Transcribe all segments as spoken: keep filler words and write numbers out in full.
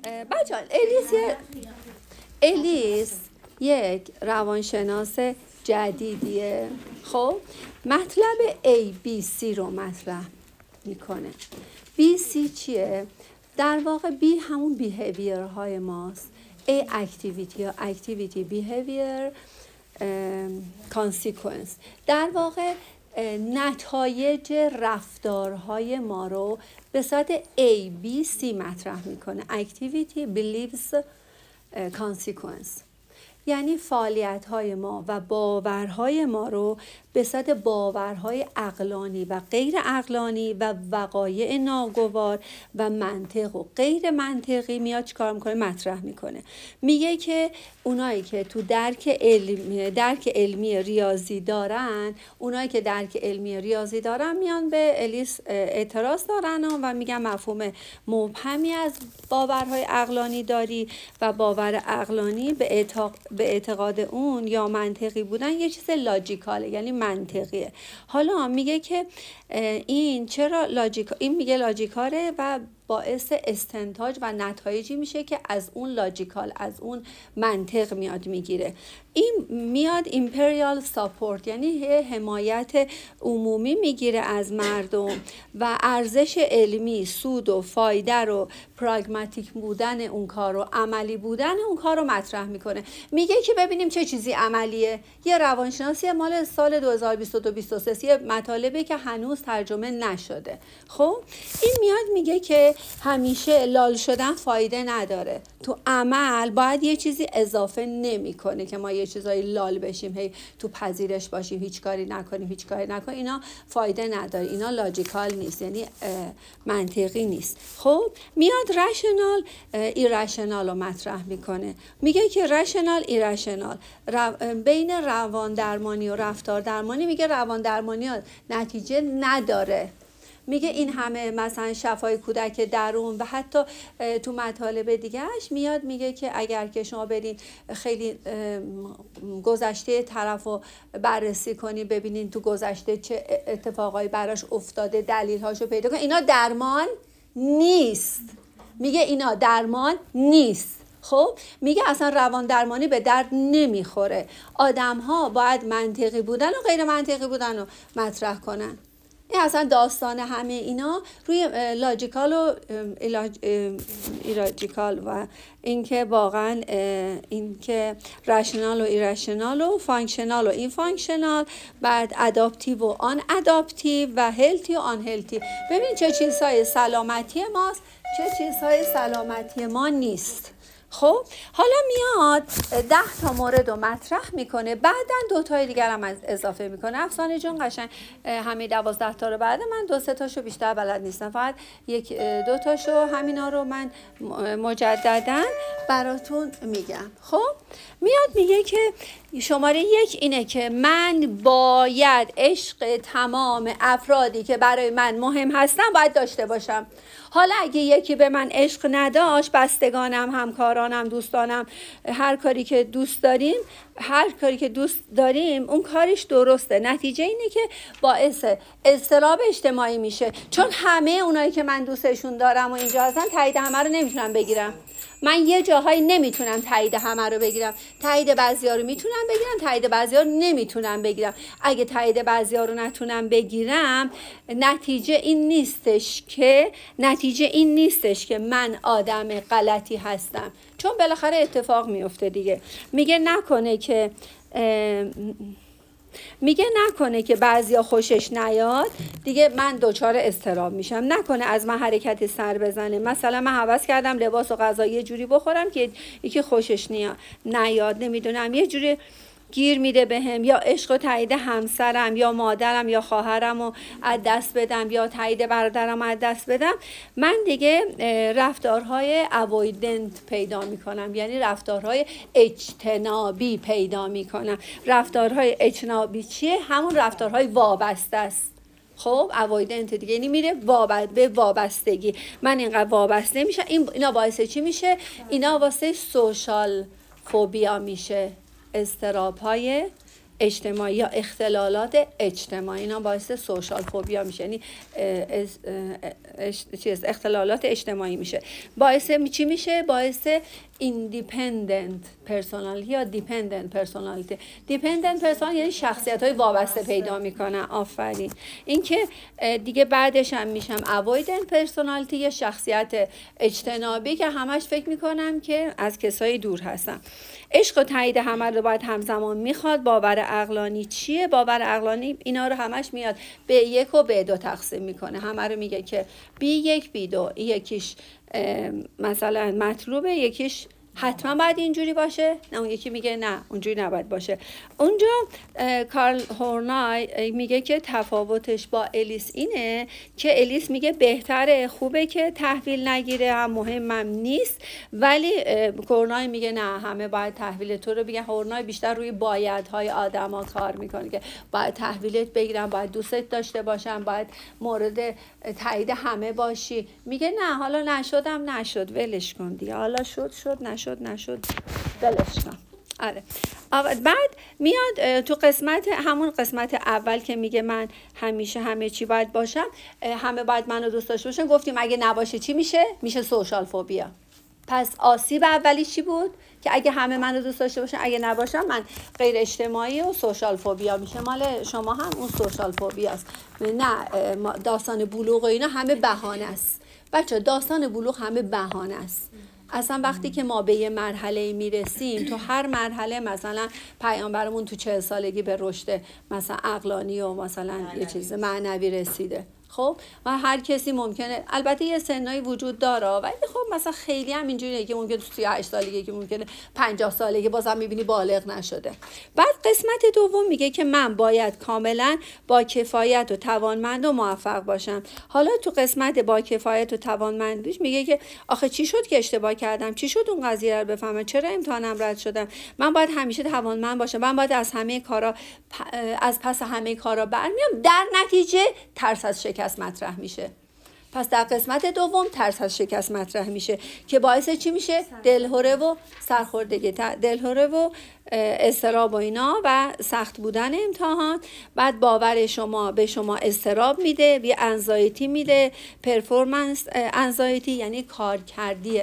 بچه‌ها الیس یه- الیس یک روانشناس جدیدیه. خب مطلب A B C رو مطرح میکنه. B C چیه؟ در واقع B همون بیهیویر های ماست. A اکتیویتی یا اکتیویتی بیهیویر کانسیکوئنس، در واقع نتایج رفتارهای ما رو به صورت A B C مطرح میکنه. Activity Beliefs Consequence، یعنی فعالیت‌های ما و باورهای ما رو به صورت باورهای عقلانی و غیر عقلانی و وقایع ناگوار و منطق و غیر منطقی میاد چیکار میکنه؟ مطرح میکنه. میگه که اونایی که تو درک علمی درک علمی ریاضی دارن، اونایی که درک علمی ریاضی دارن میان به الیس اعتراض دارن و میگن مفهوم مبهمی از باورهای عقلانی داری و باور عقلانی به اعتقاد به اعتقاد اون یا منطقی بودن یه چیز لاجیکاله، یعنی منطقیه. حالا میگه که این چرا لاجیک این میگه لاجیکاله و باعث استنتاج و نتایجی میشه که از اون لاجیکال، از اون منطق میاد میگیره. این میاد ایمپریال ساپورت، یعنی حمایت عمومی میگیره از مردم و ارزش علمی، سود و فایده رو، پراگماتیک بودن اون کار رو، عملی بودن اون کار رو مطرح میکنه. میگه که ببینیم چه چیزی عملیه. یه روانشناسی مال سال دو هزار و بیست و دو بیست و سه، یه مطالبی که هنوز ترجمه نشده. خب این میاد میگه که همیشه لال شدن فایده نداره. تو عمل باید یه چیزی اضافه نمیکنه که ما یه چیزایی لال بشیم، هی تو پذیرش باشیم، هیچ کاری نکنیم، هیچ کاری نکنیم. اینا فایده نداره، اینا لاجیکال نیست، یعنی منطقی نیست. خب میاد رشنال ایرشنال رو مطرح میکنه. میگه که رشنال ایرشنال رو... بین روان درمانی و رفتار درمانی، میگه روان درمانی ها نتیجه نداره. میگه این همه مثلا شفای کودک درون و حتی تو مطالب دیگهش میاد میگه که اگر که شما برین خیلی گذشته طرف رو بررسی کنی، ببینین تو گذشته چه اتفاقایی براش افتاده، دلیل‌هاشو پیدا کن، اینا درمان نیست. میگه اینا درمان نیست. خب میگه اصلا روان درمانی به درد نمیخوره. آدم ها باید منطقی بودن و غیر منطقی بودن رو مطرح کنن. این اصلا داستان همه اینا روی لاجیکال و ایراجیکال و اینکه واقعا اینکه رشنال و ایرشنال و فانکشنال و این فانکشنال، بعد اداپتیو و آن اداپتیو و هلتی و آن هلتی. ببین چه چیزهای سلامتی ماست، چه چیزهای سلامتی ما نیست. خب حالا میاد ده تا مورد رو مطرح میکنه، بعدن دو تای دیگر هم اضافه میکنه. افسانه جون قشنگ همه دوازده تا رو بعد من دو سه تاشو بیشتر بلد نیستم، فقط یک دو تاشو همینا رو من مجددا براتون میگم. خب میاد میگه که شماره یک اینه که من باید عشق تمام افرادی که برای من مهم هستن باید داشته باشم. حالا اگه یکی به من عشق نداشت، بستگانم، همکارانم، دوستانم، هر کاری که دوست داریم هر کاری که دوست داریم اون کارش درسته، نتیجه اینه که باعث اضطراب اجتماعی میشه، چون همه اونایی که من دوستشون دارم و اینجا هستن تایید همه رو نمیتونم بگیرم. من یه جاهایی نمیتونم تایید همه رو بگیرم، تایید بعضیا رو میتونم بگیرم، تایید بعضیا رو نمیتونم بگیرم. اگه تایید بعضیا رو نتونم بگیرم، نتیجه این نیستش که نتیجه این نیستش که من آدم غلطی هستم، چون بالاخره اتفاق میفته دیگه. میگه نکنه که میگه نکنه که بعضیا خوشش نیاد دیگه من دچار اضطراب میشم، نکنه از من حرکت سر بزنه. مثلا من هوس کردم لباس و غذا یه جوری بخورم که یکی خوشش نیاد، نمیدونم یه جوری گیر میده بهم، یا عشق و تایید همسرم یا مادرم یا خواهرم رو از دست بدم، یا تایید برادرم رو از دست بدم، من دیگه رفتارهای اوایدنت پیدا میکنم، یعنی رفتارهای اجتنابی پیدا میکنم. رفتارهای اجتنابی چیه؟ همون رفتارهای وابسته است. خب اوایدنت دیگه، یعنی میره وابسته به وابستگی. من اینقدر وابسته میشم، این اینا باعث چی میشه؟ اینا واسه سوشال فوبیا میشه، اضطراب‌های اجتماعی یا اختلالات اجتماعی، اینا باعث سوشال فوبیا میشه، یعنی چیز اختلالات اجتماعی میشه. باعث چی میشه؟ باعث ایندیپندنت پرسونالیتی یا دیپندنت پرسونالیتی. دیپندنت پرسونال یعنی شخصیت های وابسته پیدا میکنن. آفرین. این که دیگه بعدش هم میشم اوایدنت پرسونالیتی، یا شخصیت اجتنابی که همش فکر میکنم که از کسایی دور هستم. عشق و تایید همه رو باید همزمان میخواد. باور عقلانی چیه؟ باور عقلانی اینا رو همش میاد به یک و به دو تقسیم میکنه. همه رو میگه که بی یک بی دو، یکیش مثلا مطلوبه، یکیش حتما باید اینجوری باشه، نه اون یکی میگه نه اونجوری نباید باشه. اونجا کارل هورنای میگه که تفاوتش با الیس اینه که الیس میگه بهتره، خوبه که تحویل نگیره، هم مهمم نیست، ولی هورنای میگه نه همه باید تحویل تو رو بگن. هورنای بیشتر روی بایدهای آدما کار میکنه که باید تحویلت بگیرن، باید دوستت داشته باشن، باید مورد تایید همه باشی. میگه نه حالا نشدم نشد، ولش کن دیگه، حالا شد شد، نشد نشد ولش کن. آره. بعد میاد تو قسمت همون قسمت اول که میگه من همیشه همه چی باید باشم، همه باید منو دوست داشته باشن. گفتیم اگه نباشه چی میشه؟ میشه سوشال فوبیا. پس آسیب اولی چی بود؟ که اگه همه منو دوست داشته باشن، اگه نباشم من غیر اجتماعی و سوشال فوبیا میشه. مال شما هم اون سوشال فوبیا است. نه داستان بلوغ و اینا همه بهانه است. بچه داستان بلوغ همه بهانه است. اصلا وقتی که ما به یه مرحله میرسیم، تو هر مرحله مثلا پیامبرمون تو چهل سالگی به رشد مثلا عقلانی و مثلا یه چیز معنوی رسیده. خب و هر کسی ممکنه، البته یه سنایی وجود داره، ولی خب مثلا خیلی هم اینجوریه که ممکنه تو سی و هشت سالگی، که ممکنه پنجاه سالگی بازم میبینی بالغ نشده. بعد قسمت دوم میگه که من باید کاملا با کفایت و توانمند و موفق باشم. حالا تو قسمت با کفایت و توانمندیش میگه که آخه چی شد که اشتباه کردم؟ چی شد اون قضیه رو بفهمم؟ چرا امتحانم رد شدم؟ من باید همیشه توانمند باشم، من باید از همه کارا از پس همه کارا برمیام. در نتیجه ترس از شکست مطرح میشه. پس در قسمت دوم ترس از شکست مطرح میشه که باعث چی میشه؟ دلهره و سرخوردگی، دلهره و اضطراب و اینا و سخت بودن امتحان. بعد باور شما به شما اضطراب میده، یه انزایتی میده، پرفورمنس انزایتی یعنی کارکردی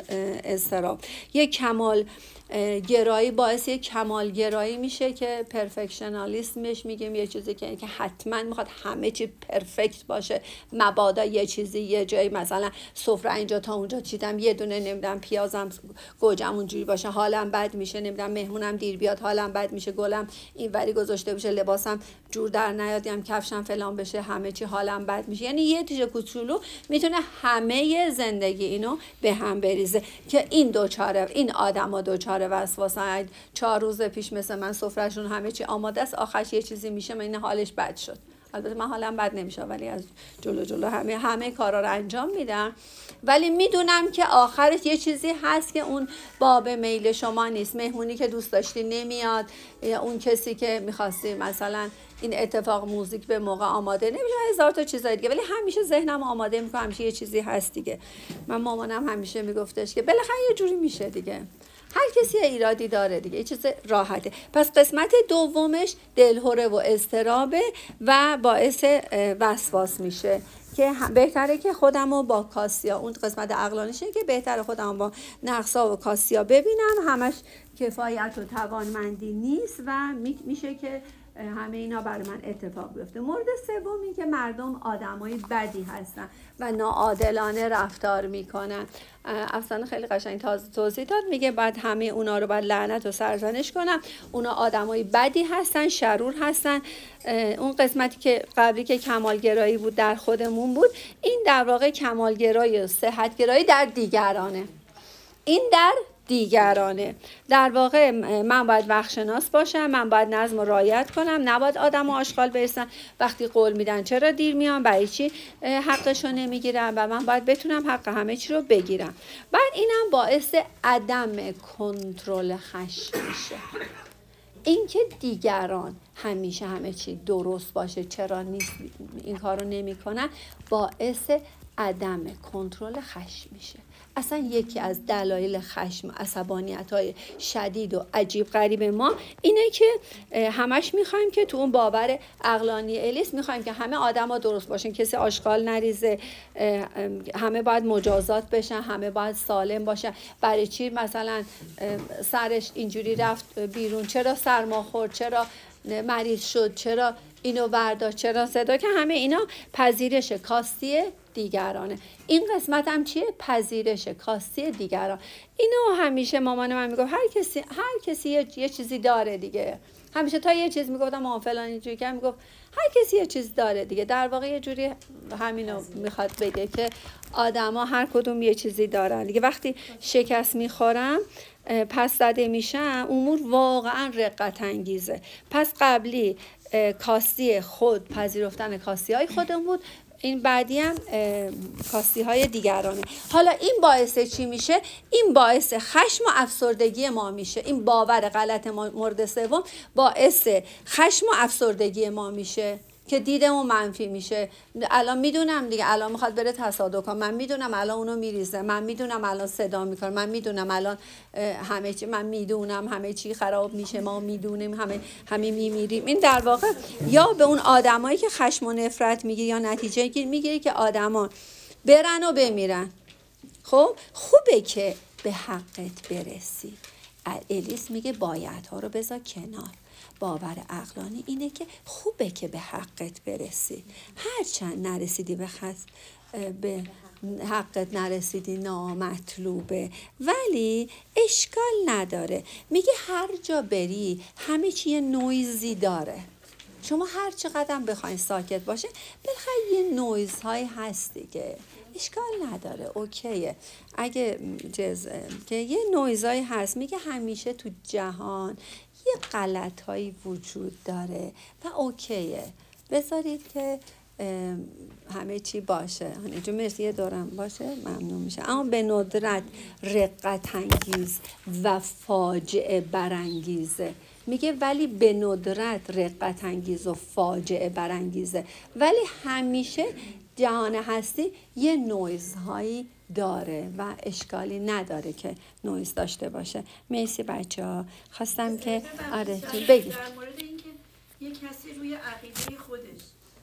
اضطراب. یه کمال گرایی باعث یک کمال گرایی میشه که پرفکشنالیسمش میگیم یه چیزی که که حتما میخواد همه چی پرفکت باشه. مبادا یه چیزی یه جایی مثلا سفره اینجا تا اونجا چیدم، یه دونه نمیدونم پیازم گوجم اونجوری باشه حالم بد میشه، نمیدونم مهمونم دیر بیاد حالم بد میشه، گلم اینوری گذاشته بشه، لباسم جور در نیادم، کفشم فلان بشه، همه چی حالم بد میشه. یعنی یه چیز کوچولو میتونه همه زندگی اینو به هم بریزه که این دوچاره این آدما دوچاره وسواسه. چهار روز پیش مثل من سفرهشون همه چی آماده است، آخرش یه چیزی میشه من این حالش بد شد. البته من حالم بد نمیشه ولی از جلو جلو همه همه کارا رو انجام میدم، ولی میدونم که آخرش یه چیزی هست که اون باب میل شما نیست. مهمونی که دوست داشتی نمیاد، یا اون کسی که میخواستی مثلا این اتفاق موزیک به موقع آماده نمیشه، هزار تا چیزای دیگه، ولی همیشه ذهنم آماده میکنم همیشه یه چیزی هست دیگه. من مامانم همیشه میگفتش که بالاخره یه جوری میشه دیگه، هر کسی ایرادی داره دیگه، یه چیز راحته. پس قسمت دومش دلهره و اضطرابه و باعث وسواس میشه که بهتره که خودمو با کاسیا، اون قسمت عقلانیشه که بهتره خودمو با نقصا و کاسیا ببینم، همش کفایت و توانمندی نیست و میشه که همه اینا برای من اتفاق بیفته. مورد سومی که مردم آدمای بدی هستن و ناعادلانه رفتار میکنن. افسانه خیلی قشنگ توضیح داد، میگه بعد همه اونا رو بعد لعنت و سرزنش کنم، اونا آدمای بدی هستن، شرور هستن. اون قسمتی که قبلی که کمالگرایی بود در خودمون بود، این در واقع کمالگرایی و صحتگرایی در دیگرانه. این در دیگرانه در واقع من باید وقت شناس باشم، من باید نظم و رعایت کنم، نباید آدم و آشغال برسن. وقتی قول میدن چرا دیر میان، برای چی حقشو نمیگیرم، و من باید بتونم حق همه چی رو بگیرم. بعد اینم باعث عدم کنترل خشم میشه. اینکه دیگران همیشه همه چی درست باشه، چرا نیست این کارو نمیکنن، باعث عدم کنترل خشم میشه. اصلا یکی از دلایل خشم، عصبانیت های شدید و عجیب غریب ما اینه که همش میخوایم که تو اون باور عقلانی الیس میخوایم که همه آدما درست باشن، کسی آشغال نریزه، همه باید مجازات بشن، همه باید سالم باشن. برای چی مثلا سرش اینجوری رفت بیرون، چرا سرما خورد، چرا مریض شد، چرا اینو برداشت، چرا صدا، که همه اینا پذیرش کاستی دیگرانه. این قسمت هم چیه؟ پذیرش کاستی دیگران. اینو همیشه مامان من میگفت هر کسی هر کسی یه, یه چیزی داره دیگه. همیشه تا یه چیز میگفتم مامان فلان اینجوری که میگفت هر کسی یه چیز داره دیگه. در واقع یه جوری همینو میخواد بگه که آدما هر کدوم یه چیزی دارن دیگه. وقتی شکست میخورم پس زده میشم، امور واقعا رقت انگیزه. پس قبلی کاستی خود، پذیرفتن کاستی های خودم بود، این بعدی هم کاستی های دیگرانه. حالا این باعث چی میشه؟ این باعث خشم و افسردگی ما میشه. این باور غلط ما مورد سوم باعث خشم و افسردگی ما میشه که دیدمون منفی میشه. الان میدونم دیگه، الان میخواد بره تصادف کنه، من میدونم الان اونو میریزه، من میدونم الان صدا میکنه، من میدونم الان همه چی، من میدونم همه چی خراب میشه، ما میدونیم همه همه میمیریم. این در واقع یا به اون آدمایی که خشم و نفرت میگیری یا نتیجه گیر میگیری که آدما برن و بمیرن. خب خوبه که به حقت برسی. الیس میگه بایدها رو بذار کنار. باور عقلانی اینه که خوبه که به حقت برسی. هرچند نرسیدی به خط به حقت نرسیدی نامطلوبه، ولی اشکال نداره. میگه هر جا بری همه چی یه نویزی داره. شما هر چقدر بخواین ساکت باشه بالاخره یه نویزهایی هست دیگه. اشکال نداره، اوکیه اگه جز که یه نویزهایی هست. میگه همیشه تو جهان یه غلط‌هایی وجود داره و اوکیه، بذارید که همه چی باشه. اینجا مرسی یه دورم باشه ممنون میشه. اما به ندرت رقت انگیز و فاجعه برانگیزه. میگه ولی به ندرت رقت انگیز و فاجعه برانگیزه، ولی همیشه جهان هستی یه نویزهایی داره و اشکالی نداره که نویز داشته باشه. مرسی بچه ها. خواستم که آره تو بگی در مورد اینکه یک کسی روی عقیده خودش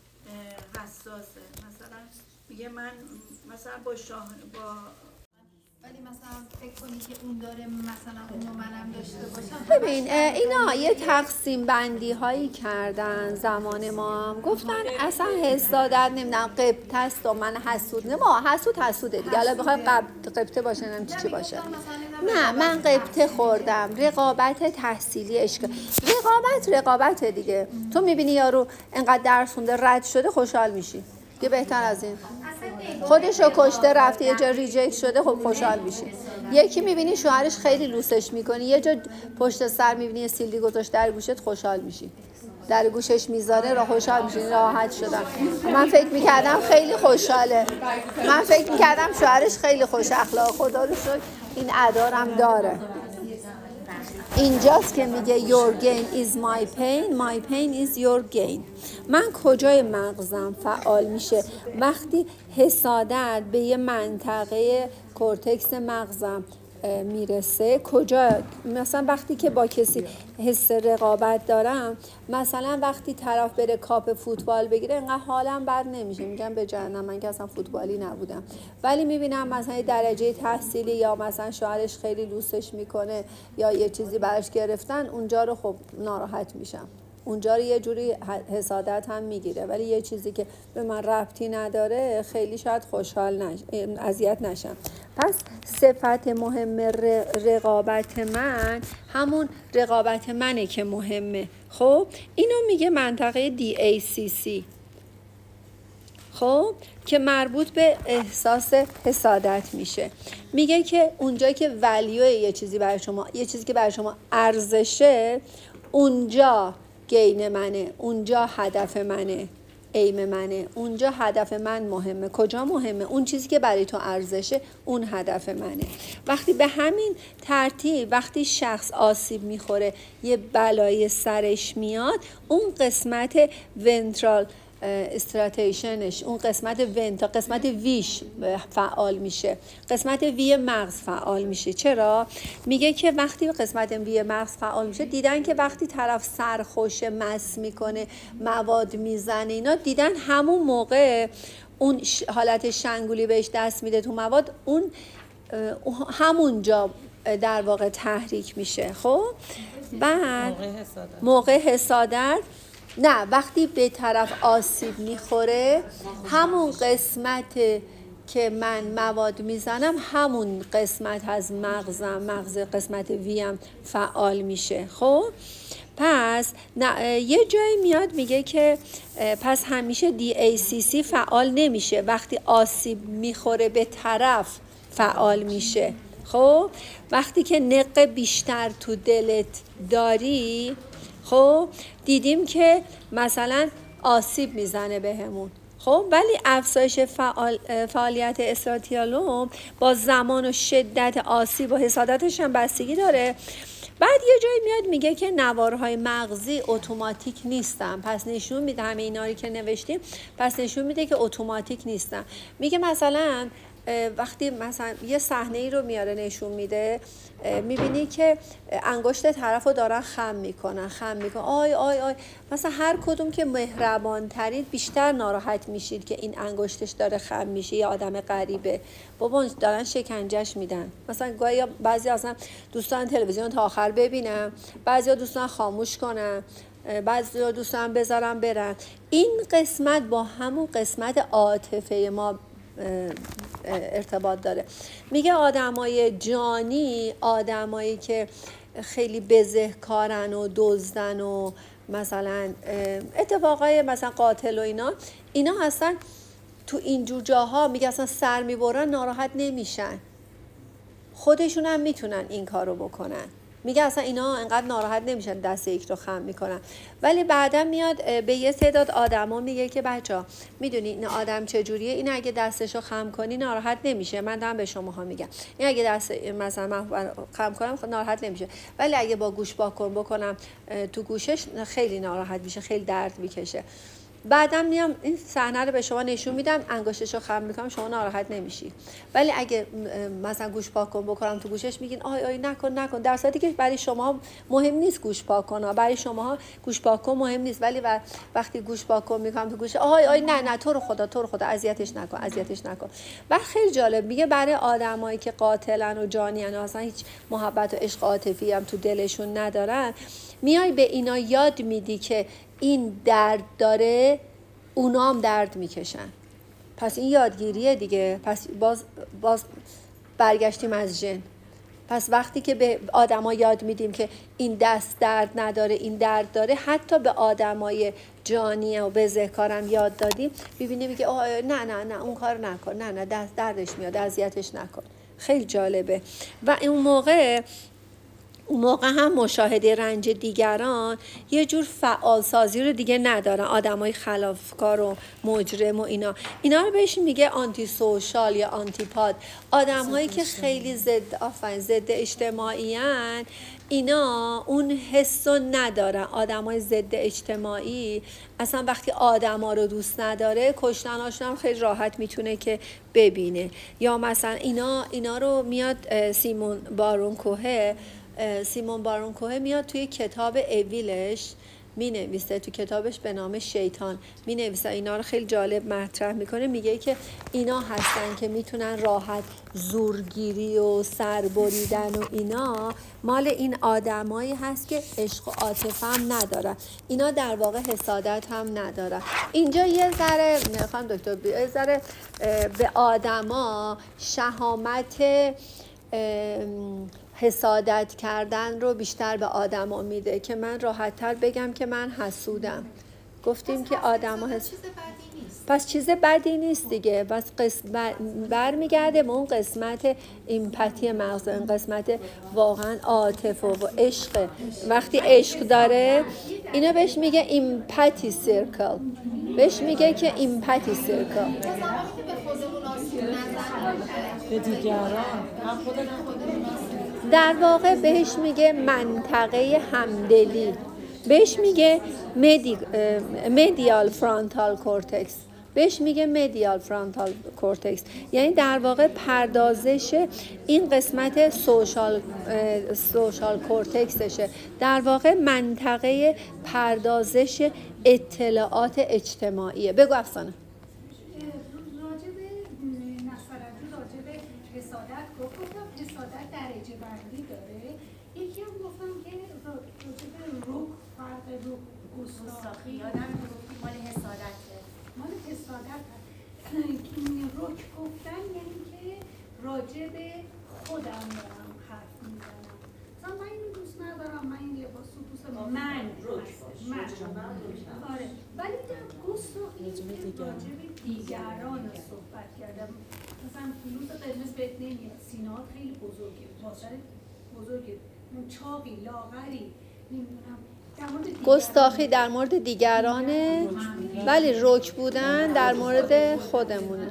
حساسه، مثلا میگه من مثلا با شاه با ولی مثلا فکر کنی که اون داره مثلا اونو منم داشته باشم. ببین اینا یه تقسیم بندی هایی کردن زمان ما هم گفتن اصلا حسادت نمیدونم قبطه است و من حسود نه. ما حسود حسوده دیگه. حالا بخوای قبطه باشه نمیدونم چی چی باشه. نه من قبطه خوردم. رقابت تحصیلی اشکال، رقابت رقابت دیگه. تو میبینی یارو انقدر درس خونده رد شده خوشحال میشی که بهتر از این. خودشو کشته رفته یه جا ریجکت شده خب خوشحال میشی. یکی میبینی شوهرش خیلی لوسش میکنی یه جا پشت سر میبینی سیلی گذاشت در گوشت خوشحال میشی، در گوشش میذاره را خوشحال میشی. راحت شدم. من فکر میکردم خیلی خوشحاله، من فکر میکردم شوهرش خیلی خوش اخلاق. خدا رو شکر این ادارم داره. اینجاست که میگه your gain is my pain, my pain is your gain. من کجای مغزم فعال میشه؟ وقتی حسادت به یه منطقه کورتکس مغزم میرسه. کجا؟ مثلا وقتی که با کسی حس رقابت دارم، مثلا وقتی طرف بره کاپ فوتبال بگیره انقدر حالم بد نمیشه، میگم به جهنم من که اصلا فوتبالی نبودم. ولی میبینم مثلا درجه تحصیلی یا مثلا شوهرش خیلی لوسش میکنه یا یه چیزی براش گرفتن، اونجا رو خب ناراحت میشم، اونجا رو یه جوری حسادت هم میگیره. ولی یه چیزی که به من ربطی نداره خیلی شاید خوشحال نش... اذیت نشم. پس صفت مهم رقابت من همون رقابت منه که مهمه. خب اینو میگه منطقه دی ای سی سی، خب که مربوط به احساس حسادت میشه. میگه که اونجایی که ولیو یه چیزی برای شما، یه چیزی که برای شما ارزشه، اونجا گین منه، اونجا هدف منه، ایم منه، اونجا هدف من مهمه. کجا مهمه؟ اون چیزی که برای تو ارزشه اون هدف منه. وقتی به همین ترتیب وقتی شخص آسیب میخوره، یه بلای سرش میاد، اون قسمت ونترال استراتیشنش، اون قسمت ون تا قسمت ویش فعال میشه، قسمت وی مغز فعال میشه. چرا؟ میگه که وقتی قسمت وی مغز فعال میشه، دیدن که وقتی طرف سرخوش، مس میکنه، مواد میزنه، اینا دیدن همون موقع اون حالت شنگولی بهش دست میده تو مواد، اون همونجا در واقع تحریک میشه. خب بعد موقع حسادت, موقع حسادت نه، وقتی به طرف آسیب میخوره، همون قسمت که من مواد میزنم، همون قسمت از مغزم، مغز قسمت ویم فعال میشه. خب پس نه، یه جایی میاد میگه که پس همیشه دی ای سی سی فعال نمیشه، وقتی آسیب میخوره به طرف فعال میشه. خب وقتی که نق بیشتر تو دلت داری، خب دیدیم که مثلا آسیب میزنه بهمون. خب ولی افزایش فعال، فعالیت استراتیالوم با زمان و شدت آسیب و حسادتش هم بستگی داره. بعد یه جایی میاد میگه که نوارهای مغزی اتوماتیک نیستن، پس نشون میده، همه اینایی که نوشتیم پس نشون میده که اتوماتیک نیستن. میگه مثلا وقتی مثلا یه صحنه ای رو میاره نشون میده، میبینی که انگشت طرف رو دارن خم میکنن خم میکنن آی آی آی مثلا هر کدوم که مهربان ترید بیشتر ناراحت میشید که این انگشتش داره خم میشه، یه آدم غریبه، بابا دارن شکنجهش میدن. مثلا گاهی بعضی اصلا دوستان تلویزیون تا آخر ببینن، بعضی دوستان خاموش کنن، بعضی دوستان بذارن برن. این قسمت با همون قسمت عاطفه ما ارتباط داره. میگه آدمای جانی، آدمایی که خیلی بزهکارن و دزدن و مثلا اتفاقای مثلا قاتل و اینا، اینا اصلا تو اینجور جاها میگه اصلا سر میبرن ناراحت نمیشن، خودشون هم میتونن این کارو بکنن. میگه اصلا اینا انقدر ناراحت نمیشن دست یک رو خم میکنن. ولی بعدا میاد به یه تعداد آدما میگه که بچه‌ها میدونی این آدم چجوریه، این اگه دستشو خم کنی ناراحت نمیشه، من دارم به شماها میگم، این اگه دست مثلا من خم کنم ناراحت نمیشه، ولی اگه با گوش باکن بکنم تو گوشش خیلی ناراحت میشه، خیلی درد میکشه. بعدم میام این صحنه رو به شما نشون میدم، انگشتشو خم میکنم، شما ناراحت نمیشی. ولی اگه مثلا گوش پاک کن بکنم تو گوشش، میگین آی آی نکن نکن، در صورتی که برای شما مهم نیست گوش پاک کن، برای شما گوش پاک کن مهم نیست، ولی وقتی گوش پاک کن میکنم تو گوش، آی آی نه نه تو رو خدا تو رو خدا اذیتش نکن اذیتش نکن. و خیلی جالب میگه برای آدمایی که قاتلن و جانین و اصلا هیچ محبت و عشق عاطفی هم تو دلشون ندارن، میای به اینا یاد میدی که این درد داره، اونا هم درد میکشن. پس این یادگیریه دیگه. پس باز, باز برگشتیم از ژن. پس وقتی که به آدما یاد میدیم که این دست درد نداره، این درد داره، حتی به آدمای جانی و بزهکارم یاد دادیم، ببینیم که نه نه نه اون کار نکن، نه نه دست دردش میاد اذیتش نکن. خیلی جالبه. و اون موقع اون موقع هم مشاهده رنج دیگران یه جور فعالسازی رو دیگه ندارن. آدمای خلافکار و مجرم و اینا اینا رو بهش میگه آنتی سوشال یا آنتی پاد. آدمایی که خیلی ضد آفرین ضد اجتماعی ان، اینا اون حس رو ندارن. آدمای ضد اجتماعی اصلا وقتی آدما رو دوست نداره، کشتناشون هم خیلی راحت میتونه که ببینه. یا مثلا اینا اینا رو میاد سیمون بارون کوهه سیمون بارون کوه میاد توی کتاب اویلش می نویسه، تو کتابش به نام شیطان می نویسه، اینا رو خیلی جالب مطرح میکنه. میگه که اینا هستن که میتونن راحت زورگیری و سربریدن و اینا مال این آدمایی هست که عشق و عاطفه هم ندارن. اینا در واقع حسادت هم ندارن. اینجا یه ذره میخوام دکتر یه ذره به آدما شهامت حسادت کردن رو بیشتر به آدما میده که من راحت‌تر بگم که من حسودم. گفتیم که آدما حس... پس چیز بدی نیست دیگه. پس قسم... برمیگرده به اون قسمت ایمپاتی مغز، این قسمت واقعا عاطفه و عشق. وقتی عشق داره اینا بهش میگه ایمپاتی سیرکل، بهش میگه که ایمپاتی سیرکل به دیگران در واقع بهش میگه منطقه همدلی. بهش میگه مدی... مدیال فرانتال کورتکس، بهش میگه مدیال فرانتال کورتکس، یعنی در واقع پردازش این قسمت سوشال سوشال کورتکسشه، در واقع منطقه پردازش اطلاعات اجتماعیه. بگو افسانه. راجب نصرالدین راجب حسادت گفت، گفتم حسادت درجه بندی داره. یکی هم گفتم که راجب روح، فرق روح گستاخی، آدم گفتی مال حسادته، مال حسادت روح گفتن یعنی که راجب خودم دارم حرف میزنم، مثلا من اینو دوست ندارم، من این لباس رو دوست ندارم، من من آره. ولی در گستاخی راجب دیگران صحبت کردم، مثلا فلوس قرمز بهت نمیاد، سینه‌هات خیلی بزرگه، واسرت بزرگه، چاقی، لاغری، نمیدونم. گستاخی در مورد دیگرانه، ولی رک بودن در مورد خودمونه.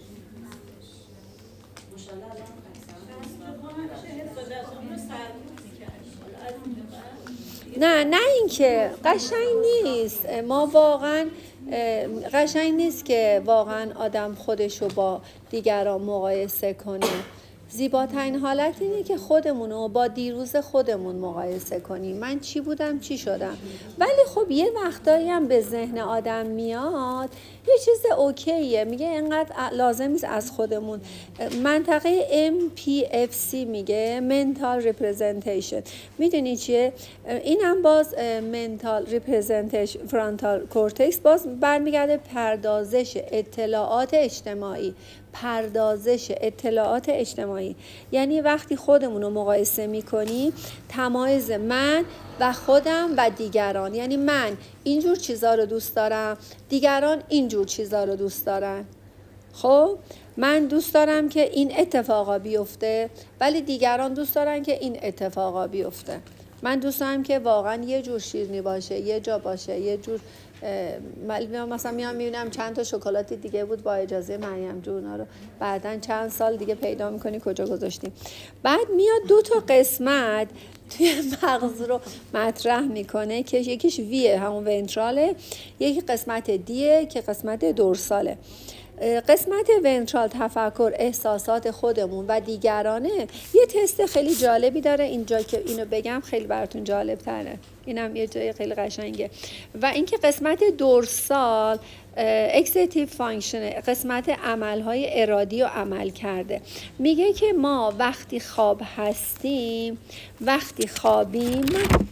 نه نه اینکه قشنگ نیست، ما واقعا قشنگ نیست که واقعا آدم خودشو با دیگران مقایسه کنه. زیباترین حالت اینه که خودمون رو با دیروز خودمون مقایسه کنیم، من چی بودم چی شدم. ولی خب یه وقتایی هم به ذهن آدم میاد یه چیز اوکیه، میگه اینقدر لازم نیست از خودمون. منطقه ام پی اف سی میگه mental representation، میدونی چیه؟ اینم باز mental representation frontal cortex، باز برمیگرده پردازش اطلاعات اجتماعی، پردازش اطلاعات اجتماعی، یعنی وقتی خودمون رو مقایسه میکنیم تمایز من و خودم و دیگران، یعنی من اینجور چیزا رو دوست دارم، دیگران اینجور چیزا رو دوست دارن. خب من دوست دارم که این اتفاقا بیفته ولی دیگران دوست دارن که این اتفاقا بیفته. من دوست دارم که واقعا یه جور شیرینی باشه، یه جا باشه، یه جور مثلا میام میبینم چند تا شکلات دیگه بود با اجازه مریم جونا رو بعداً چند سال دیگه پیدا میکنی کجا گذاشتیم. بعد میاد دو تا قسمت توی مغز رو مطرح میکنه که یکیش ویه، همون ونتراله، یکی قسمت دیه که قسمت دورساله. قسمت ونترال تفکر، احساسات خودمون و دیگرانه، یه تست خیلی جالبی داره اینجا که اینو بگم خیلی براتون جالب تره، اینم یه جای خیلی قشنگه. و اینکه قسمت دورسال اکزیکیتیو فانکشن، قسمت عملهای ارادی و عمل کرده، میگه که ما وقتی خواب هستیم، وقتی خوابیم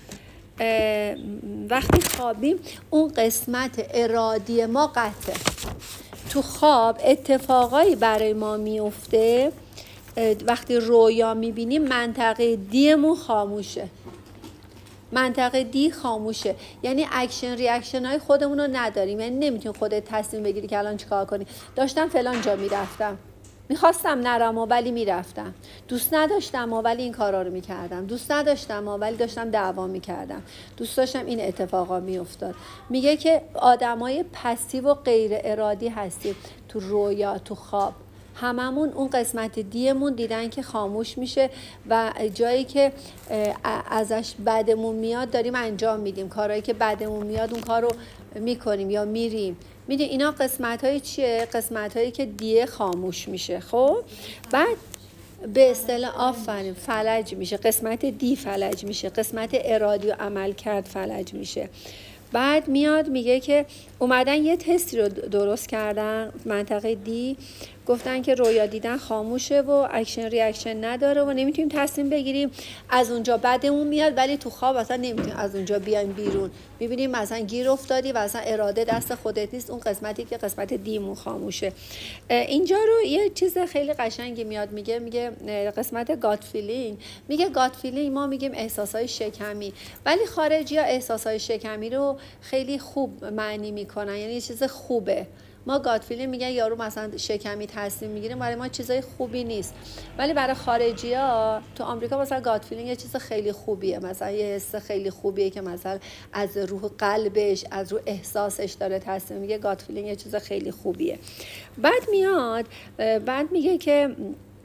وقتی خوابیم اون قسمت ارادی ما قطعه. تو خواب اتفاقایی برای ما میفته، وقتی رویا میبینیم منطقه دیمون خاموشه، منطقه دی خاموشه، یعنی اکشن ریاکشن های خودمون رو نداریم، یعنی نمیتونی خودت تصمیم بگیری که الان چیکار کنی. داشتم فلان جا میرفتم، میخواستم نرم ولی میرفتم، دوست نداشتم ولی این کارا رو میکردم، دوست نداشتم ولی داشتم دعوا میکردم، دوست داشتم این اتفاقا میافتاد. میگه که آدمای پسیو و غیر ارادی هستیم تو رویا، تو خواب، هممون اون قسمت دیمون دیدن که خاموش میشه و جایی که ازش بدمون میاد داریم انجام میدیم، کارهایی که بدمون میاد اون کار رو میکنیم یا میریم. میدونی اینا قسمت های چیه؟ قسمت هایی که دیه خاموش میشه. خب بعد به اصطلاح آفرین فلج میشه، قسمت دی فلج میشه، قسمت ارادی و عمل کرد فلج میشه. بعد میاد میگه که اومدن یه تستی رو درست کردن منطقه دی، گفتن که رویا دیدن خاموشه و اکشن ریاکشن نداره و نمیتونیم تصمیم بگیریم، از اونجا بدمون میاد ولی تو خواب اصلا نمیتونیم از اونجا بیایم بیرون، میبینیم مثلا گیر افتادی و اصلا اراده دست خودت نیست، اون قسمتی که قسمت دیمون خاموشه. اینجا رو یه چیز خیلی قشنگی میاد میگه، میگه قسمت گات فیلینگ، میگه گات فیلینگ ما میگیم احساسای شکمی، ولی خارجی ها احساسای شکمی رو خیلی خوب معنی میکنن، یعنی یه چیز خوبه. ما گات فیلینگ میگن یارو مثلا شکمی تصمیم میگیره، برای ما چیزای خوبی نیست، ولی برای خارجی‌ها تو آمریکا مثلا گات فیلینگ یه چیز خیلی خوبیه، مثلا یه حس خیلی خوبیه که مثلا از روح قلبش، از روح احساسش داره تصمیم میگه، گات فیلینگ یه چیز خیلی خوبیه. بعد میاد بعد میگه که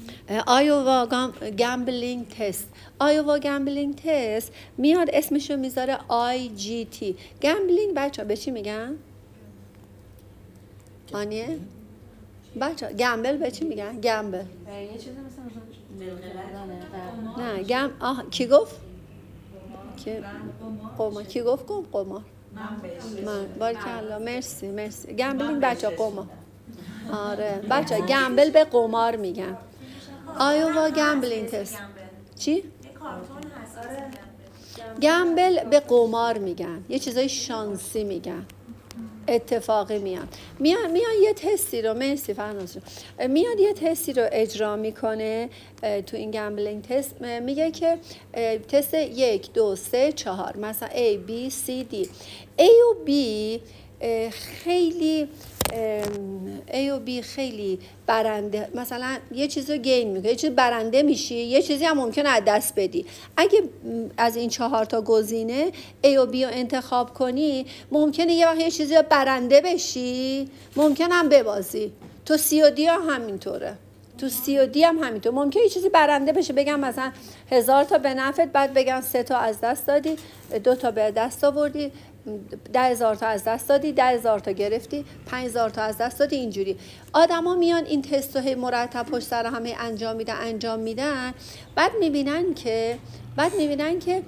آیووا گمبلینگ تست. آیووا گمبلینگ تست میاد اسمشو میذاره آی جی تی. گمبلینگ بچه ها به چی میگن؟ آنیه؟ بچه ها گمبل به چی میگن؟ گمبل یه چیزی مثل نه گم آه کی گفت؟ کی قمار کی گفت گفت قمار؟ من باریکلا مرسی مرسی. گمبلینگ بچه ها قمار. آره بچه ها گمبل به قمار میگن. آیووا گمبلینگ تست چی؟ گمبل به قمار میگن، یه چیزای شانسی میگن، اتفاقی میان میان میان یه تستی رو مرسی فرناز میاد یه تستی رو اجرا میکنه تو این گمبلینگ تست. میگه که تست یک دو سه چهار مثلا A B C D A و B خیلی A و B خیلی برنده، مثلا یه چیزی رو گین میکنه، یه چیز برنده میشی، یه چیزی هم ممکنه از دست بدی. اگه از این چهار تا گزینه A و B رو انتخاب کنی ممکنه یه وقت یه چیزی رو برنده بشی، ممکنه هم ببازی. تو C و D هم همینطوره، تو C و D هم همینطور ممکنه یه چیزی برنده بشه، بگم مثلا هزار تا به نفعت، بعد بگن سه تا از دست دادی، دو تا به دست آوردی، ده هزار تا از دست دادی، ده هزار تا گرفتی، پنج هزار تا از دست دادی. اینجوری آدم ها میان این تست رو مرتب پشت سر همه انجام میدن انجام میدن بعد میبینن که بعد میبینن که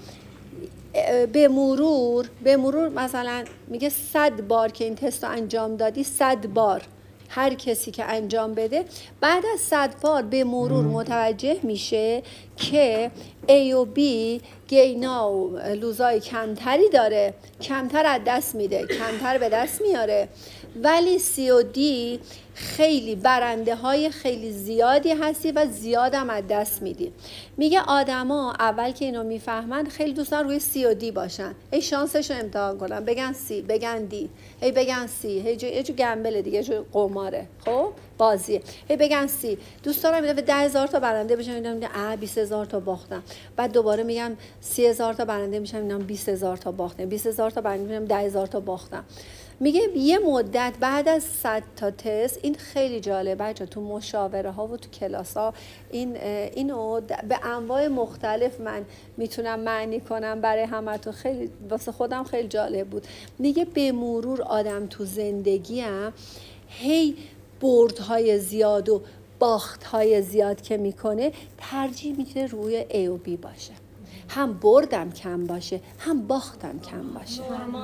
به مرور به مرور مثلا میگه صد بار که این تست رو انجام دادی، صد بار هر کسی که انجام بده بعد از صد بار به مرور متوجه میشه که A و B گینا و لوزای کمتری داره، کمتر از دست میده، کمتر به دست میاره، ولی C و D خیلی برنده های خیلی زیادی هستی و زیادم از دست میدی. میگه آدما اول که اینو میفهمن خیلی دوستان روی C و D باشن، هی شانسش رو امتحان کنن، بگن C بگن D، هی بگن C، هی جو یه جو گمبله دیگه، یه جو قماره، خب بازیه، هی بگن C. دوست دارم میگه ده هزار تا برنده بشن، میگم اه بیست هزار تا باختم، بعد دوباره میگم سی هزار تا برنده میشم، میگم بیست هزار تا باختم، بیست هزار تا برنده میشم، ده هزار تا باختم. میگه یه مدت بعد از صد تا تست، این خیلی جالبه بچه، تو مشاوره ها و تو کلاس ها این اینو به انواع مختلف من میتونم معنی کنم برای همتون، خیلی واسه خودم خیلی جالب بود. میگه به مرور آدم تو زندگی هم هی بردهای زیاد و باختهای زیاد که میکنه ترجیح میده روی A و B باشه، هم بردم کم باشه هم باختم کم باشه.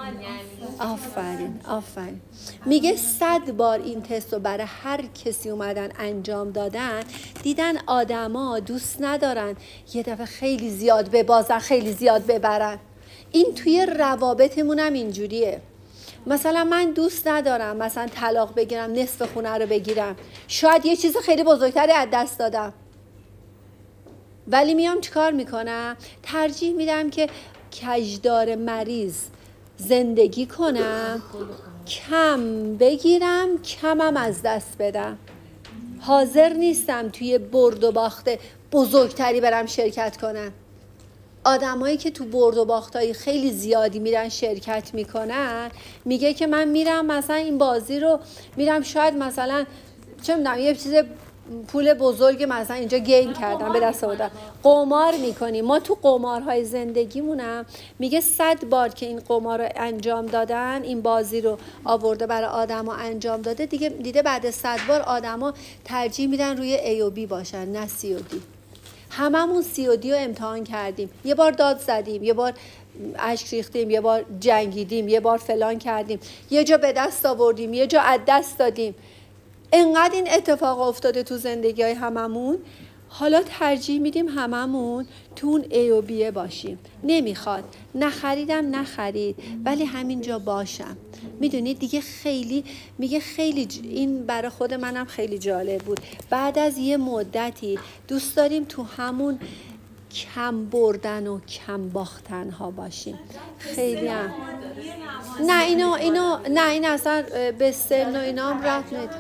آفرین آفرین. میگه صد بار این تست رو برای هر کسی اومدن انجام دادن، دیدن آدما دوست ندارن یه دفعه خیلی زیاد ببازن خیلی زیاد ببرن. این توی روابطمون هم اینجوریه. مثلا من دوست ندارم مثلا طلاق بگیرم، نصف خونه رو بگیرم، شاید یه چیز خیلی بزرگتری از دست دادم، ولی میام چیکار میکنم؟ ترجیح میدم که کجدار مریض زندگی کنم، کم بگیرم کمم از دست بدم. حاضر نیستم توی برد و باخت بزرگتری برم شرکت کنم. آدمایی که تو برد و باختای خیلی زیادی میرن شرکت میکنن، میگه که من میرم مثلا این بازی رو میرم شاید مثلا چه میدونم یه چیز پول بزرگ مثلا اینجا گین کردم به دست آوردم، قمار میکنیم. ما تو قمارهای زندگیمونم میگه صد بار که این قمار رو انجام دادن، این بازی رو آورده برای آدما انجام داده، دیگه دیده بعد صد بار آدما ترجیح میدن روی A و B باشن نه C و D. هممون C و D رو امتحان کردیم، یه بار داد زدیم، یه بار اشک ریختیم، یه بار جنگیدیم، یه بار فلان کردیم، یه جا به دست آوردیم، یه جا از دست دادیم. انقدر این اتفاق افتاده تو زندگی های هممون، حالا ترجیح میدیم هممون تو اون A و B باشیم. نمیخواد، نخریدم نخرید، ولی همینجا باشم. میدونید دیگه خیلی میگه خیلی ج... این برای خود منم خیلی جالب بود. بعد از یه مدتی دوست داریم تو همون کم بردن و کم باختن ها باشیم. خیلی هم نه اینو اینو نه این اصلا به سن و اینا هم رفت نید.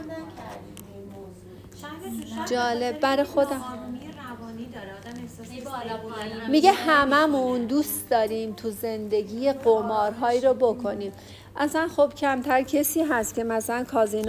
جالب برای خودم میگه هممون دوست داریم تو زندگی قمارهایی رو بکنیم. اصلا خب کمتر کسی هست که مثلا کازینو